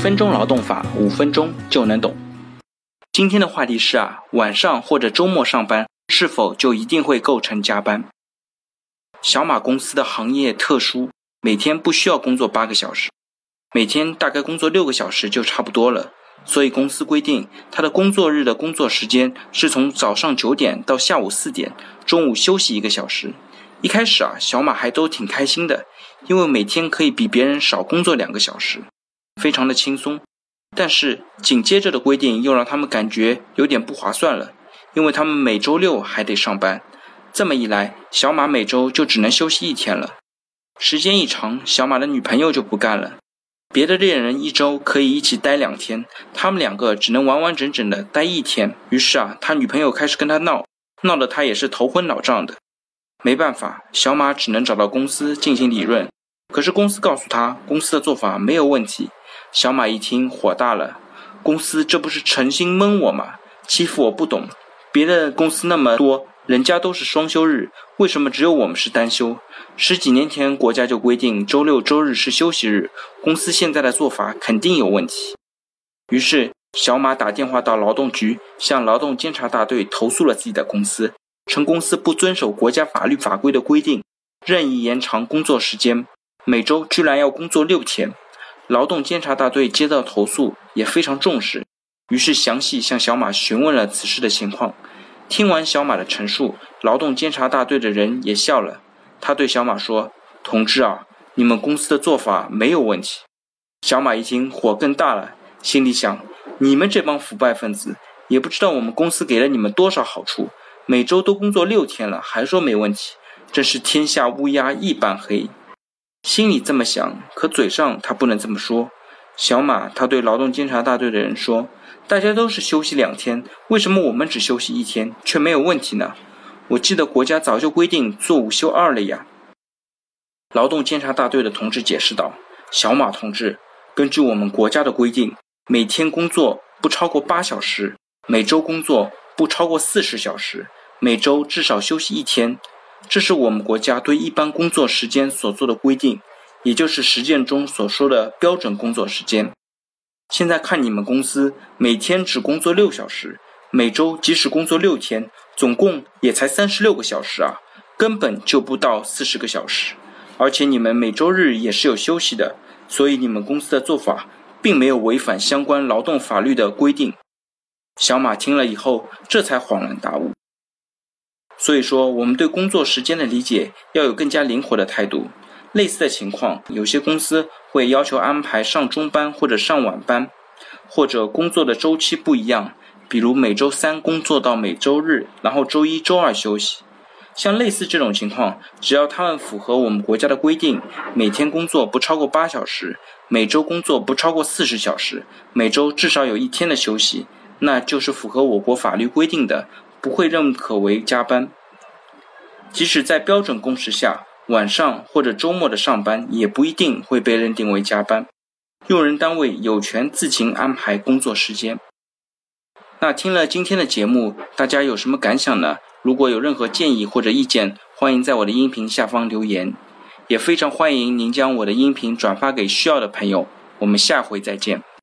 分钟劳动法，5分钟就能懂。今天的话题是晚上或者周末上班是否就一定会构成加班？小马公司的行业特殊，每天不需要工作8个小时，每天大概工作6个小时就差不多了。所以公司规定他的工作日的工作时间是从早上9点到下午4点，中午休息1个小时。一开始小马还都挺开心的，因为每天可以比别人少工作2个小时，非常的轻松。但是紧接着的规定又让他们感觉有点不划算了，因为他们每周6还得上班。这么一来，小马每周就只能休息1天了。时间一长，小马的女朋友就不干了。别的恋人1周可以一起待2天，他们2个只能完完整整的待1天。于是他女朋友开始跟他闹得他也是头昏脑胀的。没办法，小马只能找到公司进行理论。可是公司告诉他，公司的做法没有问题。小马一听火大了，公司这不是诚心蒙我吗？欺负我不懂，别的公司那么多，人家都是双休日，为什么只有我们是单休？10几年前国家就规定周6周日是休息日，公司现在的做法肯定有问题。于是小马打电话到劳动局，向劳动监察大队投诉了自己的公司，称公司不遵守国家法律法规的规定，任意延长工作时间，每周居然要工作6天。劳动监察大队接到投诉也非常重视，于是详细向小马询问了此事的情况。听完小马的陈述，劳动监察大队的人也笑了。他对小马说，同志你们公司的做法没有问题。小马一听火更大了，心里想，你们这帮腐败分子也不知道我们公司给了你们多少好处，每周都工作6天了还说没问题，真是天下乌鸦一般黑。心里这么想，可嘴上他不能这么说。小马他对劳动监察大队的人说，大家都是休息2天，为什么我们只休息1天却没有问题呢？我记得国家早就规定做5休2了呀。劳动监察大队的同志解释道，小马同志，根据我们国家的规定，每天工作不超过8小时，每周工作不超过40小时，每周至少休息1天，这是我们国家对一般工作时间所做的规定，也就是实践中所说的标准工作时间。现在看你们公司每天只工作6小时，每周即使工作6天，总共也才36个小时根本就不到40个小时。而且你们每周日也是有休息的，所以你们公司的做法并没有违反相关劳动法律的规定。小马听了以后，这才恍然大悟。所以说，我们对工作时间的理解要有更加灵活的态度。类似的情况，有些公司会要求安排上中班或者上晚班，或者工作的周期不一样，比如每周3工作到每周日，然后周1周2休息。像类似这种情况，只要他们符合我们国家的规定，每天工作不超过8小时，每周工作不超过40小时，每周至少有1天的休息，那就是符合我国法律规定的，不会认可为加班。即使在标准工时下，晚上或者周末的上班也不一定会被认定为加班，用人单位有权自行安排工作时间。那听了今天的节目，大家有什么感想呢？如果有任何建议或者意见，欢迎在我的音频下方留言，也非常欢迎您将我的音频转发给需要的朋友。我们下回再见。